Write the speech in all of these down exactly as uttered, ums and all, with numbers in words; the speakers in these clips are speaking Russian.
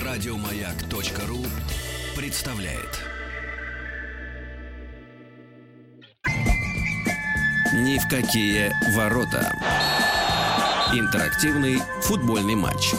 Радиомаяк.ру представляет. Ни в какие ворота. Интерактивный футбольный матч.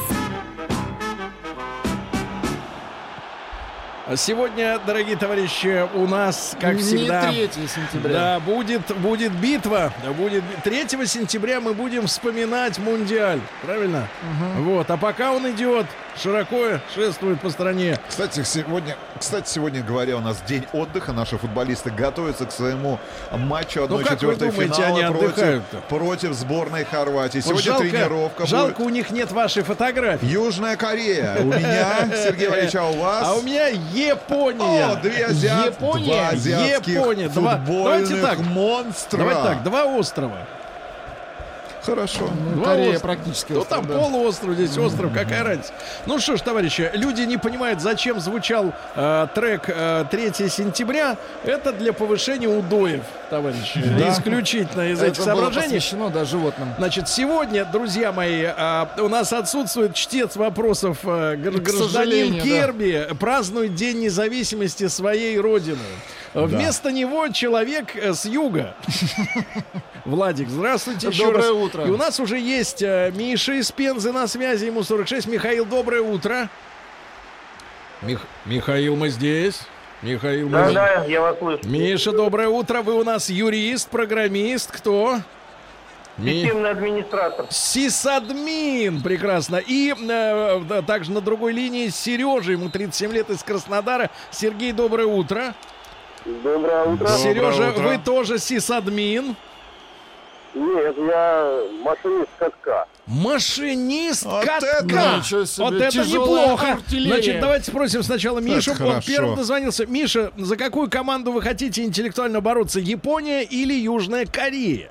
Сегодня, дорогие товарищи, у нас, как Не всегда, третьего сентября. Да, будет, будет битва. Будет третьего сентября мы будем вспоминать Мундиаль. Правильно? Угу. Вот. А пока он идет, широко шествует по стране. Кстати, сегодня, кстати, сегодня, говоря, у нас день отдыха. Наши футболисты готовятся к своему матчу одной четвертой финала против, против сборной Хорватии. Вот сегодня жалко, тренировка жалко, будет. у них нет вашей фотографии. Южная Корея. У меня, Сергей Валерьевич, а у вас? А у меня Япония. О, две азиат... Япония. Два азиатских Япония. Два... Давайте футбольных так. монстра. Давайте так, два острова. Хорошо. Ну, Два Корея острова. практически Ну, остров, там да. полуостров, здесь остров, какая разница. Ну что ж, товарищи, люди не понимают, зачем звучал э, трек э, третьего сентября. Это для повышения удоев, товарищи. Да. Исключительно из Это этих было соображений. посвящено, да, животным. Значит, сегодня, друзья мои, э, у нас отсутствует чтец вопросов э, гр- К гражданин сожалению, Керби, празднует День независимости своей родины. Вместо него человек э, с юга. Владик, здравствуйте еще Доброе раз. утро. И у нас уже есть э, Миша из Пензы на связи, ему сорок шесть. Михаил, доброе утро. Мих- Михаил, мы здесь. Михаил, мы Да, здесь. да, я вас слышу. Миша, доброе утро. Вы у нас юрист, программист, кто? Ми- Системный администратор. Сисадмин, прекрасно. И э, да, также на другой линии Сережа, ему тридцать семь лет, из Краснодара. Сергей, доброе утро. Доброе утро. Доброе Сережа, утро. вы тоже сисадмин. Нет, я машинист катка. Машинист Вот катка. это ничего себе, Вот это тяжелая неплохо. артиллерия. Значит, давайте спросим сначала Мишу. Он хорошо. первым дозвонился. Миша, за какую команду вы хотите интеллектуально бороться? Япония или Южная Корея?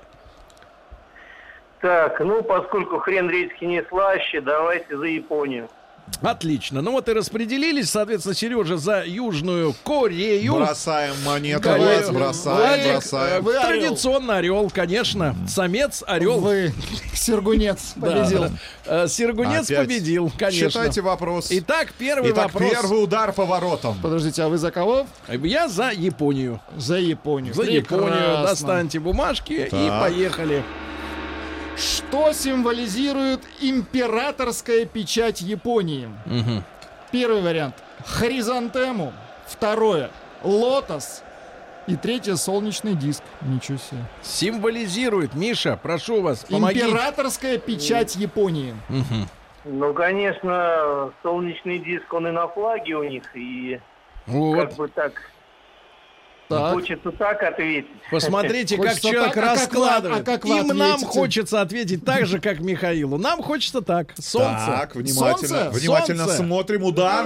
Так, ну, поскольку хрен редьки не слаще, давайте за Японию. Отлично. Ну вот и распределились. Соответственно, Сережа за Южную Корею. Бросаем монету, Корею. вас, бросаем, Владик, бросаем. Вы орел. Традиционно орел, конечно. Самец, орел. Вы, Сергунец, Да, победил. да. Э, Сергунец Опять. победил, конечно. Читайте вопрос. Итак, первый Итак, вопрос. первый удар по воротам. Подождите, а вы за кого? Я за Японию. За Японию. За Прекрасно. Японию. Достаньте бумажки и Так. поехали. Что символизирует императорская печать Японии? Мгм. Первый вариант — хризантему. Второе — лотос. И третье — солнечный диск. Ничего себе. Символизирует. Миша, прошу вас, помогите. Императорская печать Японии. Мгм. Ну, конечно, солнечный диск, он и на флаге у них, и Вот. как бы так, Так. хочется так ответить. Посмотрите, как Хочется человек так, а как вы- раскладывает. а как вы И нам ответите? хочется ответить так же, как Михаилу. Нам хочется так. Солнце. Так, внимательно, Солнце? внимательно Солнце. смотрим. Удар.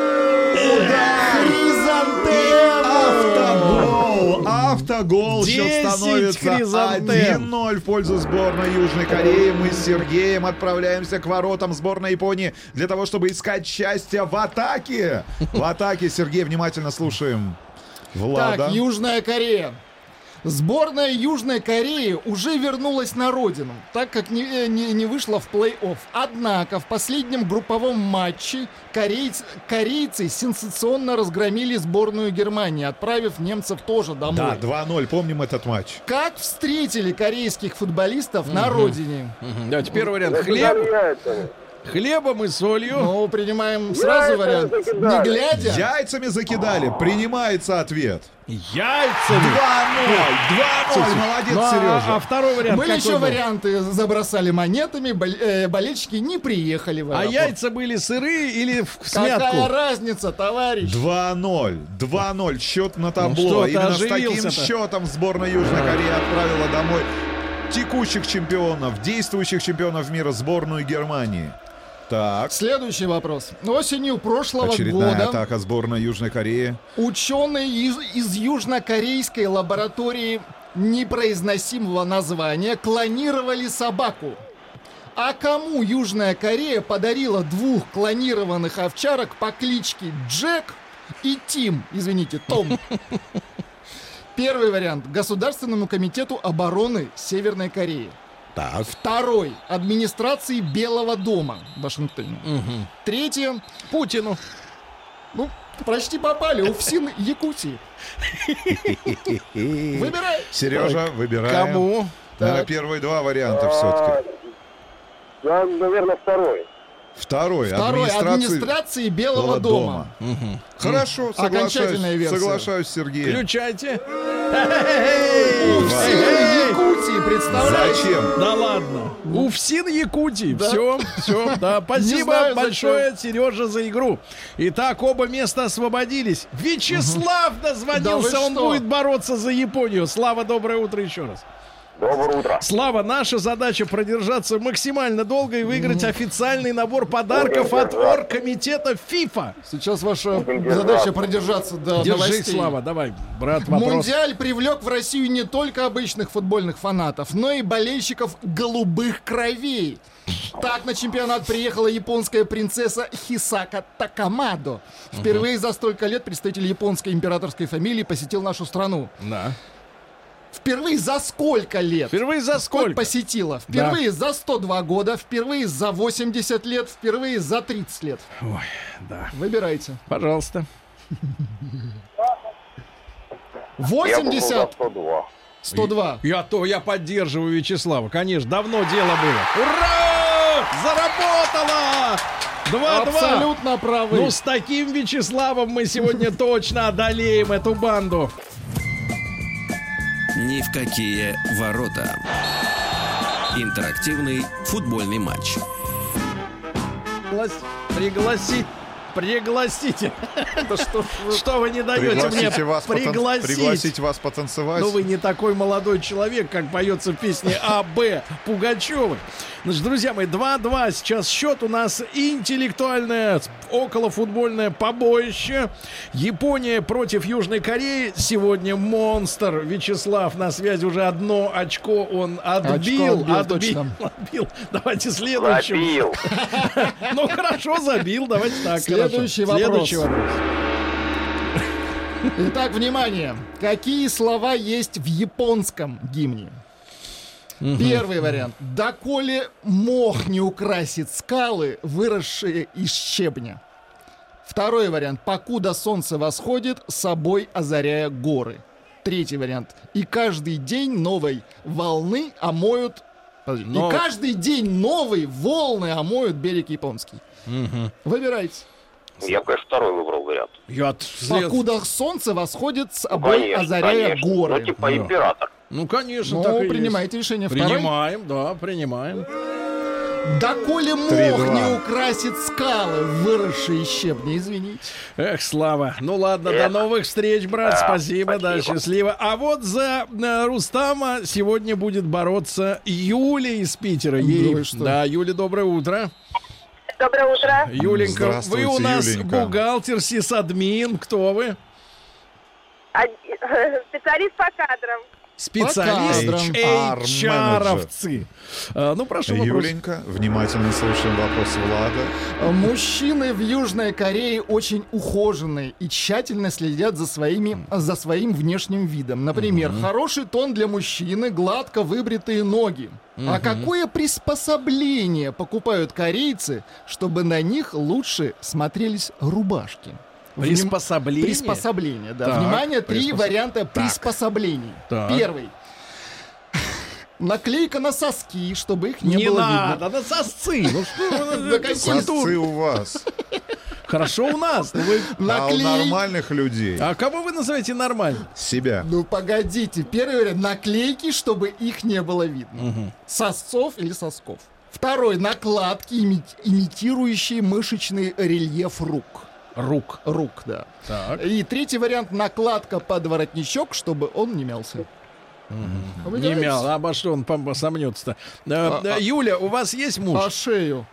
Хризантема! Автогол! Автогол! Счет десять становится хризантем. один ноль в пользу сборной Южной Кореи. Мы с Сергеем отправляемся к воротам сборной Японии для того, чтобы искать счастье в атаке. В атаке, Сергей, внимательно слушаем Влада. Так, Южная Корея. Сборная Южной Кореи уже вернулась на родину, так как не, э, не, не вышла в плей-офф. Однако в последнем групповом матче корейц- корейцы сенсационно разгромили сборную Германии, отправив немцев тоже домой. Да, два ноль, помним этот матч. Как встретили корейских футболистов на родине? Мгм. Давайте первый вариант. Это Хлеб, яйца. хлебом и солью. Ну, принимаем сразу Яйца вариант. Не закидали. глядя. Яйцами закидали. Принимается ответ. Яйцами. два ноль. два ноль. Молодец, Ну, а, Сережа. а второй вариант Были какой еще был? варианты. Забросали монетами, бол- э, болельщики не приехали в А аэропорт. яйца были сырые или в в Какая смятку? разница, товарищ? два ноль. два ноль. Счет на табло. Ну что ты Именно с таким оживился-то? счетом сборная Южной Кореи отправила домой текущих чемпионов, действующих чемпионов мира, сборную Германии. Так. Следующий вопрос. Осенью прошлого Очередная года атака сборной Южной Кореи. ученые из, из южнокорейской лаборатории непроизносимого названия клонировали собаку. А кому Южная Корея подарила двух клонированных овчарок по кличке Джек и Тим? Извините, Том. Первый вариант. Государственному комитету обороны Северной Кореи. Так. Второй — администрации Белого дома в Вашингтоне. Мгм. Третье — Путину. ну, почти попали, УФСИН Якутии. Выбирай. Сережа, выбираем. Кому? Наверное, Так. первые два варианта все-таки. Да, наверное, второй. Второй. Второй — администрации Белого дома. Мгм. Хорошо, Окончательная соглашаюсь. версия. Соглашаюсь, Сергей. Включайте. УФСИН Якутии, представляешь? Зачем? Да ладно. УФСИН Якутии. Да. Все, все. Да, Не спасибо знаю, большое, Сережа, за игру. Итак, оба места освободились. Вячеслав дозвонился, Да вы он что? будет бороться за Японию. Слава, доброе утро еще раз. Доброе утро. Слава, наша задача продержаться максимально долго и выиграть официальный набор подарков от оргкомитета ФИФА. Сейчас ваша Будем задача держаться. продержаться до Держи, новостей. Слава, давай, брат, вопрос. Мундиаль привлек в Россию не только обычных футбольных фанатов, но и болельщиков голубых кровей. Так на чемпионат приехала японская принцесса Хисака Такамадо. Впервые за столько лет представитель японской императорской фамилии посетил нашу страну. Да. Впервые за сколько лет? Впервые за сколько? Посетила. Впервые за сто два года, впервые за восемьдесят лет, впервые за тридцать лет. Ой, да. Выбирайте. Пожалуйста. восемьдесят, сто два. сто два. Я то, я поддерживаю Вячеслава. Конечно, давно дело было. Ура! Заработало! два-два. Абсолютно правы. Ну, с таким Вячеславом мы сегодня точно одолеем эту банду. Ни в какие ворота. Интерактивный футбольный матч. Приглас- Пригласить. Пригласите. Да что ж вы- Что вы не даете мне Пригласите вас, потан- пригласить? пригласить вас потанцевать. Но вы не такой молодой человек, как поется в песне А Б Пугачевой. Значит, друзья мои, два-два сейчас счет. У нас интеллектуальное околофутбольное побоище. Япония против Южной Кореи. Сегодня монстр Вячеслав на связи. Уже одно очко он отбил. Очко отбил, отбил, точно. отбил. Давайте следующим. Забил. Ну хорошо, забил. Давайте так. Следующий хорошо. вопрос. Следующий вопрос. Итак, внимание. Какие слова есть в японском гимне? Первый вариант. Доколе мох не украсит скалы, выросшие из щебня. Второй вариант. Покуда солнце восходит, собой озаряя горы. Третий вариант. И каждый день новой волны омоют... Подожди. Но- И каждый день новые волны омоют берег японский. Выбирайте. Я, конечно, второй выбрал вариант. Я след- Покуда солнце восходит, Ну, собой конечно, озаряя конечно. горы. Ну, типа Да. император. Ну, конечно, Ну, так и есть. принимайте решение. Второй. Принимаем, да, принимаем. Доколе мох Три-два. не украсит скалы, выросшие из щебня, извините. Эх, Слава. Ну ладно, Эх. до новых встреч, брат. Да, спасибо, да, спасибо. счастливо. А вот за э, Рустама сегодня будет бороться Юля из Питера. Ей- Ну и что? Да, Юля, доброе утро. Доброе утро. Юленька, вы Здравствуйте, у нас Юленька. бухгалтер, сисадмин. Кто вы? А- Специалист по кадрам. Специалист кадрам. эйч ар-овцы. А, ну, прошу вопрос. Юленька, внимательно слушаем вопрос Влада. Мужчины в Южной Корее очень ухоженные и тщательно следят за, своими, за своим внешним видом. Например, хороший тон для мужчины, гладко выбритые ноги. А какое приспособление покупают корейцы, чтобы на них лучше смотрелись рубашки? Вним- Приспособление? Приспособление, да. Так, Внимание, три приспос- варианта приспособлений. Так. Первый. Наклейка на соски, чтобы их не, Не было надо, видно. на сосцы. Ну что вы, Да это какие культура. Сосцы у вас. Хорошо у нас. Ну, вы- А у Наклей- нормальных людей А кого вы называете нормально? себя. Ну погодите, первый вариант наклейки, чтобы их не было видно. Сосцов или сосков. Второй накладки, ими- имитирующие мышечный рельеф рук. Рук. Рук, да. Так. И третий вариант накладка под воротничок, чтобы он не мялся. Не Выбирайте. мял, а обо что он пом- сомнется-то? Э, А- э, а- Юля, у вас есть муж? А шею?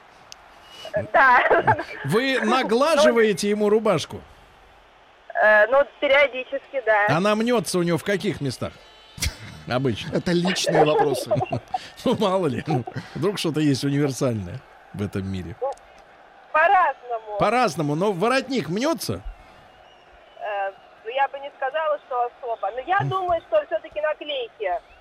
Да. Вы наглаживаете ему рубашку? Э, Ну, периодически, да. Она мнется у него в каких местах? Обычно. Это личные вопросы. Ну, мало ли. Ну, вдруг что-то есть универсальное в этом мире. По-разному. По-разному, но воротник мнется? Э, ну, Я бы не сказала, что особо. Но я думаю, что все-таки наклейки.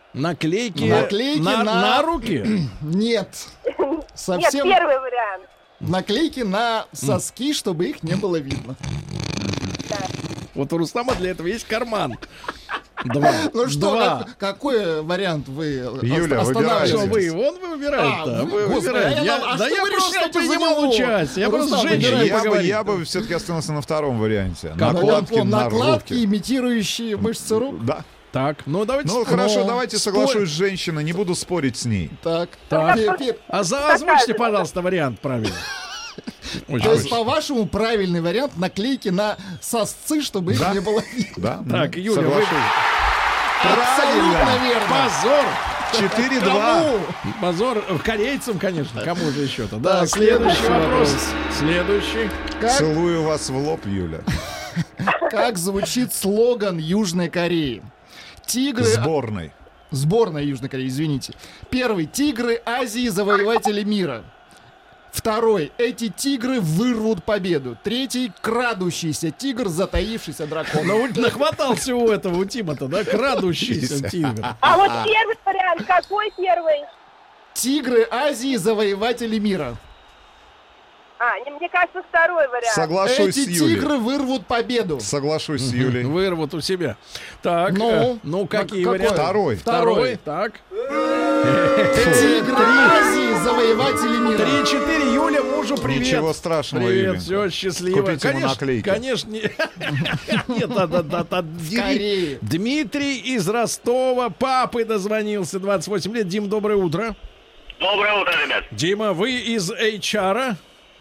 Наклейки, Наклейки на, на- на руки? Нет. Нет, Совсем первый вариант. наклейки на соски, чтобы их не было видно. Вот у Рустама для этого есть карман. Два. Ну что, Два. как- какой вариант вы Юля, ост- Что останавливаете? вы? Вон вы выбираете-то. А, вы господи, выбираете. а Я- я- а да что я вы просто решаете за принимал него? участие. Я просто с Рустам, женщиной выбирайте. Я бы, поговорил. я бы все-таки остановился на втором варианте. Каком? Накладки Накладки, на накладки, руки. имитирующие мышцы рук. Да. Так, ну давайте. Ну спор- хорошо, Но давайте спор- соглашусь с женщиной, не буду спорить с ней. Так, Так. Пе- пе- А за, озвучьте, пожалуйста, вариант правильно. Очень То есть, хочется. по-вашему, правильный вариант наклейки на сосцы, чтобы их Да. не было видно. Да? Так, ну, Юля, вы... соглашусь. Абсолютно верно. Позор! четыре-два. Кому? Позор корейцам, конечно. Кому же еще-то? Да, Так, следующий следующий вопрос. вопрос. Следующий. Как, Целую вас в лоб, Юля. как звучит слоган Южной Кореи? Тигры... Сборной. Сборная Южной Кореи, извините. Первый. Тигры Азии, завоеватели мира. Второй. Эти тигры вырвут победу. Третий. Крадущийся тигр, затаившийся дракон. Ну, нахватался у этого, у Тима-то, да? Крадущийся тигр. А вот первый вариант, какой первый? Тигры Азии, завоеватели мира. А, не, мне кажется, второй вариант. Соглашусь Эти с Юлей. тигры вырвут победу. Соглашусь с Юлей. Вырвут у себя. Так, Ну, э, ну какие какой? варианты? Второй. Второй, так. Тигры Азии, завоеватели мира. Три-четыре. Юля, мужу привет. Ничего страшного, Привет, Юленька. все, счастливо. Купите ему Конечно, наклейки. конечно. не- Нет, да, да, да, да. Дми- Скорее. Дмитрий из Ростова, папы дозвонился, двадцать восемь лет. Дим, доброе утро. Доброе утро, ребят. Дима, вы из эйч ар?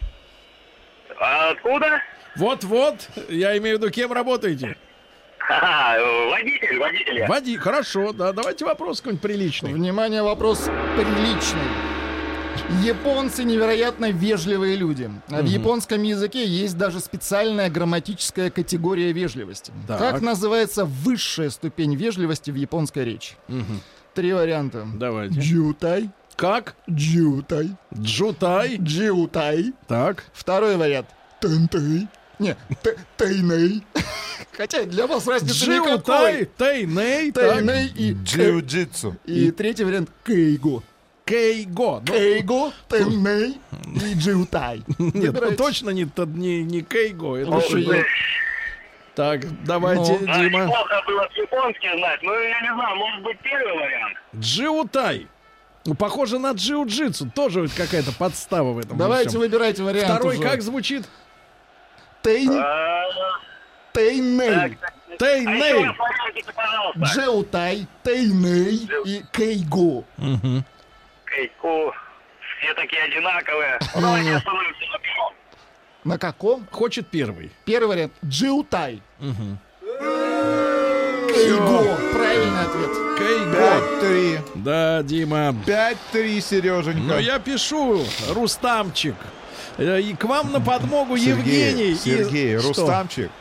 А откуда? Вот-вот, я имею в виду, кем работаете? Ха-ха, водитель, водитель. я. Води, хорошо, да, давайте вопрос какой-нибудь приличный. Внимание, вопрос приличный. Японцы невероятно вежливые люди. А в японском языке есть даже специальная грамматическая категория вежливости. Так. Как называется высшая ступень вежливости в японской речи? Три варианта. Давайте. Джутай, Как? джутай, Джутай. джутай. Так. Второй вариант. Тэнтэй. Не, т- тейней. Хотя для вас разницы Джутай. никакой. Тейней. Так. Тейней и... Джиу-джитсу. И третий вариант. Кейго. Кейго. Ну, Кейго, Тейней и Джиутай. нет, ну, Выбирайте. точно не, т- не, не Кейго. Это Ну, что? что я- Так, давайте, Ну. А, Дима. Неплохо было с японским знать. Ну, я не знаю, может быть, первый вариант. Джиутай. Ну, похоже на джиу-джитсу. Тоже вот какая-то подстава в этом. во Давайте всем. выбирайте вариант Второй уже. как звучит? Тейн, А, Тейней, так, так. А еще Тейней. раз вариантики, пожалуйста. Джиутай, Тейней и Кейго. Кейку. Все такие одинаковые. Давайте остановимся на первом. На каком? Хочет первый. Первый вариант. Джиутай. Кейго. Правильный ответ. Кейго. Пять-три. Да, Дима. Пять-три, Сереженька. Но я пишу, Рустамчик. Э, И к вам на подмогу Сергей, Евгений. и- Сергей, Что? Рустамчик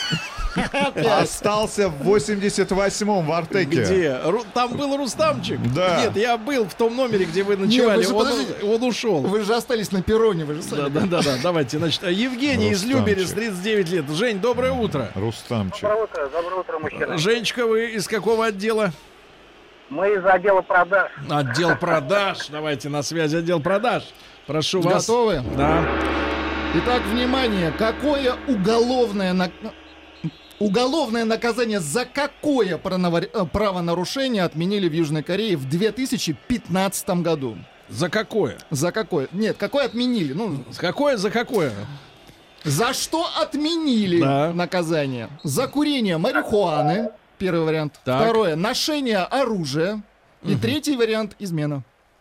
остался в восемьдесят восьмом в Артеке. Где? Ру- Там был Рустамчик? Да. Нет, я был в том номере, где вы ночевали. вы же он, подождите. он ушел. Вы же остались на перроне, вы же Да, сами. да, да, да. Давайте, значит, Евгений из Рустамчик. Люберец, тридцать девять лет. Жень, доброе утро. Рустамчик. Доброе утро, доброе утро, мужчина. Женечка, вы из какого отдела? Мы из отдела продаж. Отдел продаж. Давайте на связи отдел продаж. Прошу вас. Готовы? Да. Итак, внимание, какое уголовное на- уголовное наказание за какое пронавар- э, правонарушение отменили в Южной Корее в две тысячи пятнадцатом году? За какое? За какое? Нет, какое отменили? Ну, Какое за какое? за что отменили Да. наказание? За курение марихуаны, первый вариант. Так. Второе, ношение оружия. И третий вариант, измена.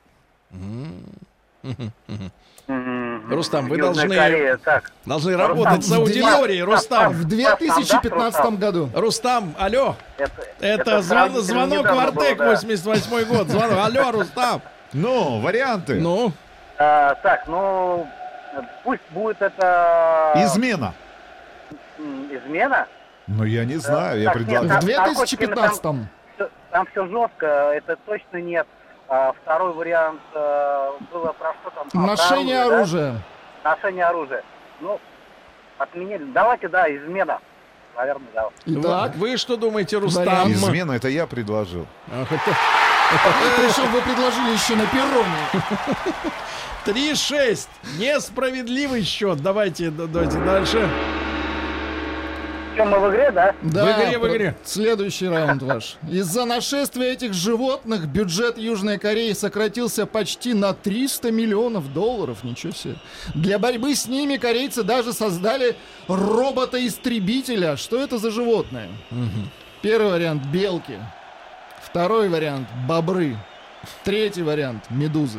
Рустам, вы Южная должны, Корея, так. должны работать с Рустам, аудиторией. Рустам. В две тысячи пятнадцатом году. Рустам, алло. Это, Это звон- сравнительно звонок в недавно было, Артек, да. восемьдесят восьмой год. Звонок. Алло, Рустам. Ну, варианты. Ну, А, так, ну, пусть будет это... Измена. м, Измена. Ну, я не знаю, я так, нет, предлагаю. В две тысячи пятнадцатом. Всё- Там все жестко, это точно нет. А, второй вариант э, было про что там? А, про Ношение да? оружия. Ношение оружия. Ну, отменили. Давайте, да, измена. Наверное, да. Итак, вы, вы что думаете, Рустам? Вариант. Измена, это я предложил. Ах, это- Причем вы предложили еще на перроне. три шесть. Несправедливый счет. Давайте, давайте дальше. Чем мы в игре, да? Да, В игре, в про- игре. Следующий раунд ваш. Из-за нашествия этих животных бюджет Южной Кореи сократился почти на триста миллионов долларов. Ничего себе. Для борьбы с ними корейцы даже создали робота-истребителя. Что это за животное? Первый вариант — белки. Второй вариант — бобры. Третий вариант — медузы.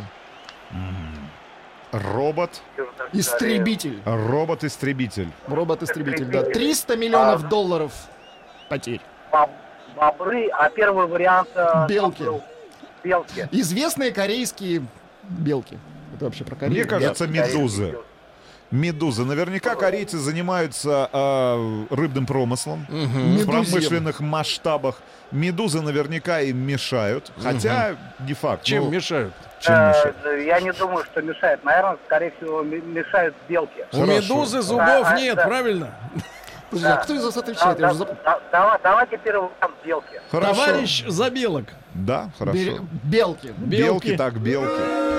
Робот. Истребитель. Робот-истребитель. Робот-истребитель, да. триста миллионов долларов потерь. Боб- Бобры, а первый вариант... э, Белки. был Белки. Известные корейские белки. Это вообще про Корею. Мне кажется, медузы. Медузы. Наверняка корейцы занимаются э, рыбным промыслом в Медузьем. промышленных масштабах. Медузы наверняка им мешают. Хотя не факт. Чем Ну, мешают? чем Э, мешают? Я не думаю, что мешает. Наверное, скорее всего, м- мешают белки. У Хорошо. медузы зубов А, а, нет, да. правильно? Подожди, а кто из вас Да, отвечает? Я да, уже зап- да, давай- Давайте первый вариант белки. Хорошо. Товарищ Забелок. Да, хорошо. Бе- Белки. Белки. Белки. так, белки.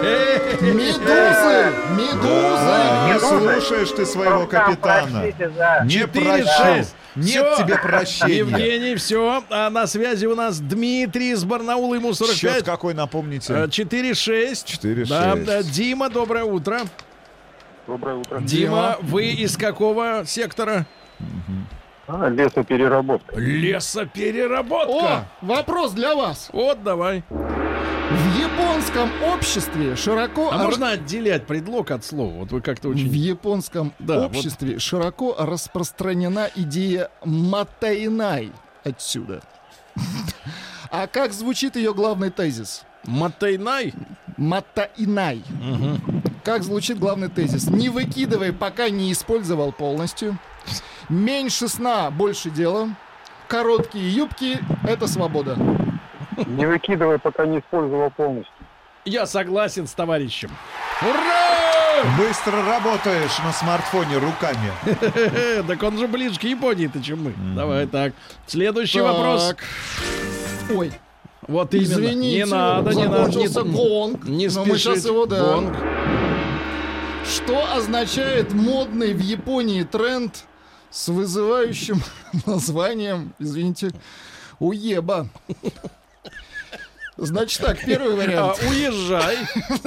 Медузы! Медузы! Да, не Медузы. слушаешь ты своего Просто капитана. простите за- Не Четыре, прощу. шесть. Нет Всё. тебе прощения. Евгений, все. А на связи у нас Дмитрий из Барнаула, ему сорок Счет пять. какой, напомните? Э, четыре шесть. четыре Да, шесть. да. Дима, доброе утро. Доброе утро. Дима, вы из какого сектора? А, лесопереработка. Лесопереработка. О, вопрос для вас. Вот, давай. В японском обществе широко... А ра- можно отделять предлог от слова? Вот вы как-то В очень... японском Да, вот. обществе широко распространена идея матайнай отсюда. А как звучит ее главный тезис? Матайнай? Матайнай. Как звучит главный тезис? Не выкидывай, пока не использовал полностью. Меньше сна, больше дела. Короткие юбки — это свобода. Не выкидывай, пока не использовал полностью. Я согласен с товарищем. Ура! Быстро работаешь на смартфоне руками. Э, Так он же ближе к Японии-то, чем мы. Давай так. Следующий Так. вопрос. Ой, Вот именно. извините, Не надо, не надо. закончился не- гонг. Не но мы спешите. сейчас его, да. Гонг. Что означает модный в Японии тренд с вызывающим названием, извините, уеба? Значит так, первый А, вариант. уезжай.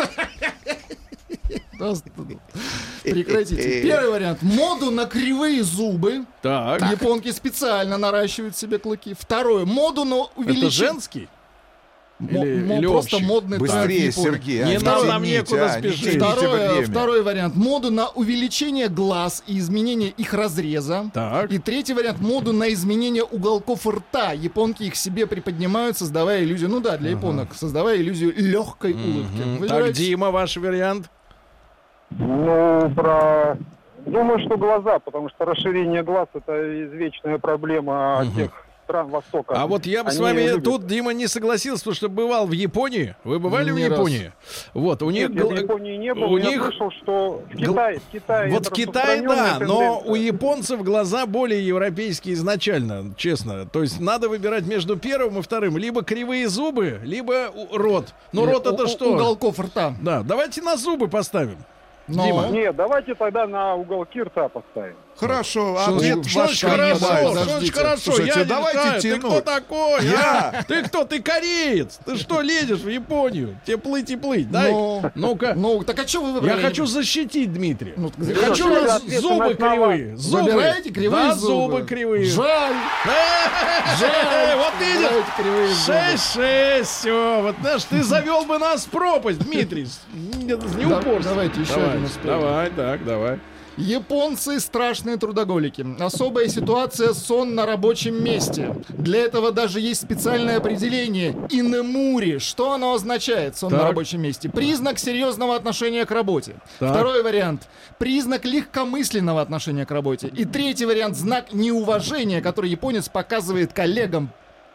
Да, Прекратите. Первый вариант. Моду на кривые зубы. Так. Японки специально наращивают себе клыки. Второе. Моду на Это увеличение... женский? Мо- или- мо- или просто общий? модный тренд в Быстрее, Японии. Сергей. Не а, надо, тяните, нам некуда а, не спешить. тяните Второе, время. второй вариант. Моду на увеличение глаз и изменение их разреза. Так. И третий вариант. Моду на изменение уголков рта. Японки их себе приподнимают, создавая иллюзию. Ну да, для японок. Создавая иллюзию легкой улыбки. Так, Выбирайте. Дима, ваш вариант. Ну, про... Думаю, что глаза, потому что расширение глаз — это извечная проблема тех стран Востока. А вот я бы с Они вами любят. тут, Дима, не согласился, потому что бывал в Японии. Вы бывали Не в раз. Японии? Вот, у них... Нет, я в гл- Японии не был, у но я них- слышал, что в гл- Китае, в Китае Вот это в Китае, да, распространенная но тенденция. у японцев глаза более европейские изначально, честно. То есть надо выбирать между первым и вторым. Либо кривые зубы, либо у- рот. Ну, рот У- это у- что? Уголков рта. Да, давайте на зубы поставим. Но- Дима. Нет, давайте тогда на уголки рта поставим. Хорошо, Что ответ значит, Что ваш значит Ваш хорошо? понимает, Что значит подождите. хорошо? Слушайте, Я не давайте знаю. Ты тянуть. кто такой? Я? а? Ты кто? Ты кореец? Ты что лезешь в Японию? Тебе плыть и плыть. Дай. Ну, Ну-ка. ну, так а что вы Я выбрали? хочу защитить Дмитрия. Ну, Я хорошо, хочу на ответы зубы на основа. кривые. Зубы. Выбираете кривые Да, зубы. зубы кривые. Жаль. Жаль. Вот видишь. Выбираете кривые зубы. Шесть, шесть, все. Вот знаешь, ты завел бы нас в пропасть, Дмитрий. С- Не, не Да, упорствуй. давайте еще Давай, один успеем. Давай, так, давай. Японцы страшные трудоголики. Особая ситуация — сон на рабочем месте. Для этого даже есть специальное определение — инемури. Что оно означает, сон Так. на рабочем месте? Признак серьезного отношения к работе. Так. Второй вариант — признак легкомысленного отношения к работе. И третий вариант — знак неуважения, который японец показывает коллегам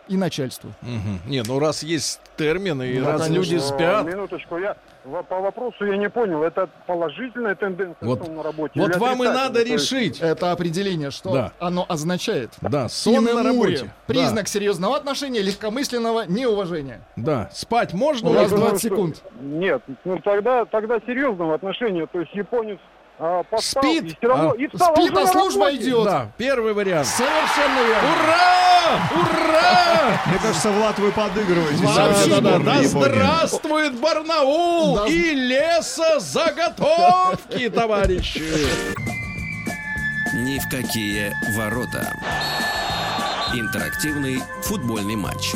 и начальству. Угу. Не, ну раз есть термины, и Да, раз конечно. люди спят... Минуточку, я в- по вопросу я не понял, это положительная тенденция Вот- на работе? Вот или вам и надо отрицательная? То есть- решить. Это определение, что Да. оно означает. Да, сон на Инемуре. работе. Признак серьезного отношения, легкомысленного неуважения. Да. Да. Спать можно? У Я вас Ольга? думаю, двадцать что- секунд. Нет, ну тогда, тогда серьезного отношения, то есть японец а, поспал, Спит, и все равно, а, и встал, спит, уже а на служба работе. идет. Да, первый вариант. Совершенно верно. Ура! Ура! Мне кажется, Влад, вы подыгрываете. Да, всё-таки да, да, сборной Да Японии. здравствует Барнаул Да. и лесозаготовки, товарищи! Ни в какие ворота. Интерактивный футбольный матч.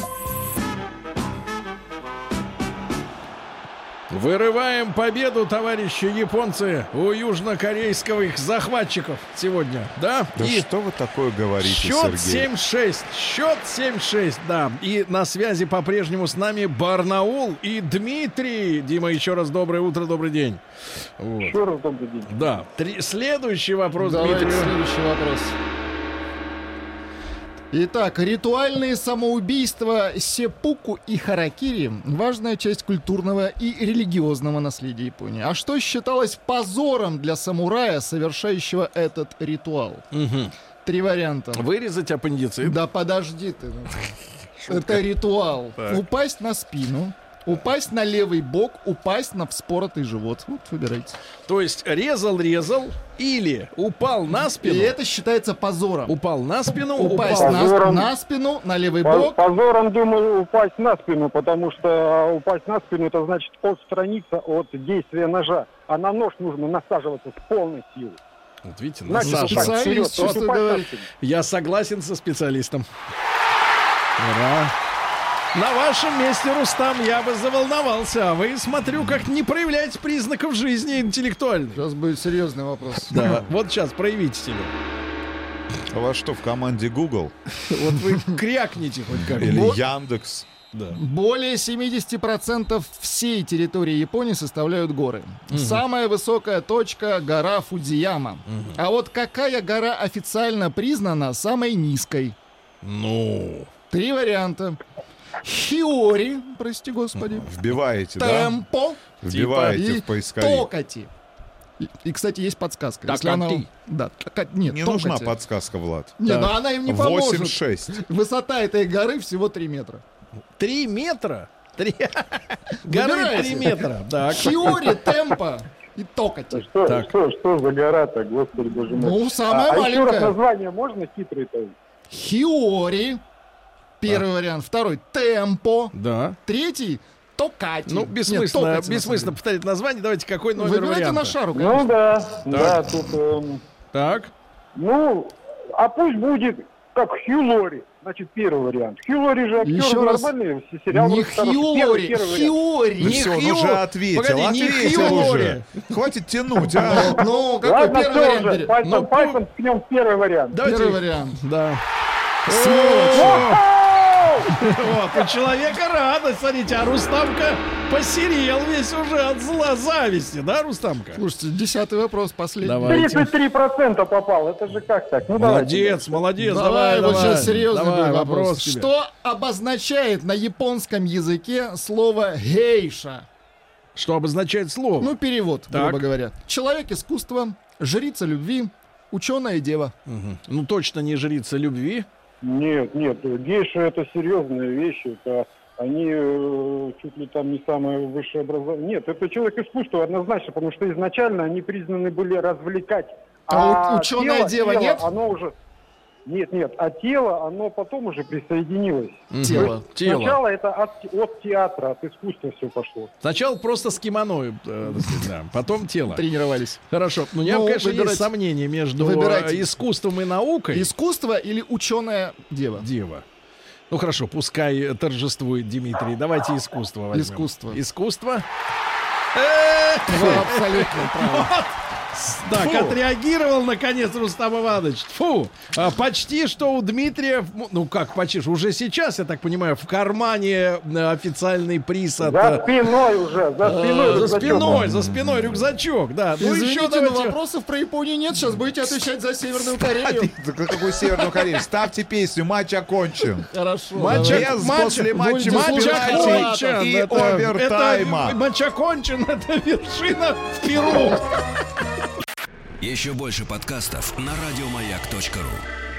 Вырываем победу, товарищи японцы, у южнокорейских захватчиков сегодня, да? Да И что вы такое говорите, счет Сергей? семь шесть. Счет семь шесть, да. И на связи по-прежнему с нами Барнаул и Дмитрий. Дима, еще раз доброе утро, добрый день. Вот. Еще раз добрый день. Да. Три... Следующий вопрос, Давайте Дмитрию. следующий вопрос. Итак, ритуальные самоубийства сеппуку и харакири – важная часть культурного и религиозного наследия Японии. А что считалось позором для самурая, совершающего этот ритуал? Мгм. Три варианта. Вырезать аппендицит. Да подожди ты. Это ритуал. Так. Упасть на спину, упасть на левый бок, упасть на вспоротый живот. Вот, выбирайте. То есть резал-резал или упал на И спину. это считается позором. Упал на спину, Упасть упал. на, Позором. на спину, на левый По- бок. Позором, думаю, упасть на спину, потому что упасть на спину, это значит отстраниться от действия ножа. А на нож нужно насаживаться с полной силой. Вот видите, Значит, насаживать. упасть Специалист, вперед, что вот ты упасть на говоришь? спину. Я согласен со специалистом. Ура. На вашем месте, Рустам, я бы заволновался. А вы, смотрю, как не проявляете признаков жизни интеллектуальной. Сейчас будет серьезный вопрос. Да, вот сейчас проявите себя. А у вас что, в команде Google? Вот вы крякните хоть как. Или Вот. Яндекс? Да. Более семьдесят процентов всей территории Японии составляют горы. Самая высокая точка — гора Фудзияма. А вот какая гора официально признана самой низкой? Ну, Три варианта. Хиори, прости господи. Вбиваете, да? Темпо Вбиваете и в поисковик. Токати. И, и, кстати, есть подсказка. Токати. Если она... Да, тока- нет, Не Токати. нужна подсказка, Влад. Не, Так. ну она им не поможет. восемь шесть. Высота этой горы всего три метра. три метра? Три... Горы Выбирайте. три метра. Так. Хиори, Темпо и Токати. Что, Так. что, что за гора-то, господи боже мой. Ну, самая а, а еще раз маленькая. название можно хитрый-то? Хиори. Первый вариант. Второй — Темпо. Да. Третий — Токати. Ну, Нет, бессмысленно, Токати, на бессмысленно самом повторить название. Давайте, какой деле. номер Выбирайте варианта? на шару, конечно. Ну да, да, тут... эм, Так. ну, а пусть будет как Хью Лори. Значит, первый вариант. Хью Лори же актер Еще раз. нормальный, сериал Не вроде хороший. Первый- Хиори, первый вариант. Хиори. Ну Не все, он Хью- уже ответил. Погоди, не ответил Хью уже. Лори. Хватит тянуть, а? Ну, какой Ладно, первый все вариант? уже, берет? пальцем, Ну, пальцем ткнем в первый вариант. Давайте. Первый вариант. Да. Сволочь. Вот, у человека радость, смотрите, а Рустамка посерел весь уже от зла зависти, да, Рустамка? Слушайте, десятый вопрос, последний. Давайте. тридцать три процента попал. Это же как так? Ну, Молодец, молодец, Давай, давай, вот давай. сейчас серьезный Давай, будет вопрос. вопрос тебе. Что обозначает на японском языке слово гейша? Что обозначает слово? Ну, перевод, Так. грубо говоря. Человек искусства, жрица любви, ученая дева. Мгм. Ну, точно не жрица любви. Нет, нет, гейши это серьезные вещи. Это они э, чуть ли там не самое высшее образование. Нет, это человек искусства однозначно, потому что изначально они признаны были развлекать. А у- ученая дева тело, нет? Оно уже... Нет, нет, а тело, оно потом уже присоединилось. Мгм. Тело. Тело. Сначала это от, от театра, от искусства все пошло. Сначала просто с кимоно, э, так сказать, да, потом тело. Тренировались. Хорошо. Ну, у меня, Ну, конечно, выбирайте. есть сомнения между Выбирайте. э, искусством и наукой. Искусство или ученая дева? Дева. Ну, хорошо, пускай торжествует Дмитрий. Давайте искусство возьмем. Искусство. Искусство. Вы абсолютно правы. Так, Фу. отреагировал наконец Рустам Иванович. Фу, а, почти что у Дмитрия, ну как почти, что уже сейчас, я так понимаю, в кармане э, официальный приз от... За э, спиной уже, за спиной. э, за рюкзачок. спиной, за спиной рюкзачок, да. Ну Извините, еще но давайте... вопросов про Японию нет. Сейчас будете отвечать за Северную Корею. Какую Северную Корею? Ставьте песню, матч окончен. Хорошо. Матч, давайте. Без матч- после матча будете матч слушать пенальти окончен. и Это- овертайма. это- матч окончен, это вершина в Перу. Еще больше подкастов на радиомаяк точка ру.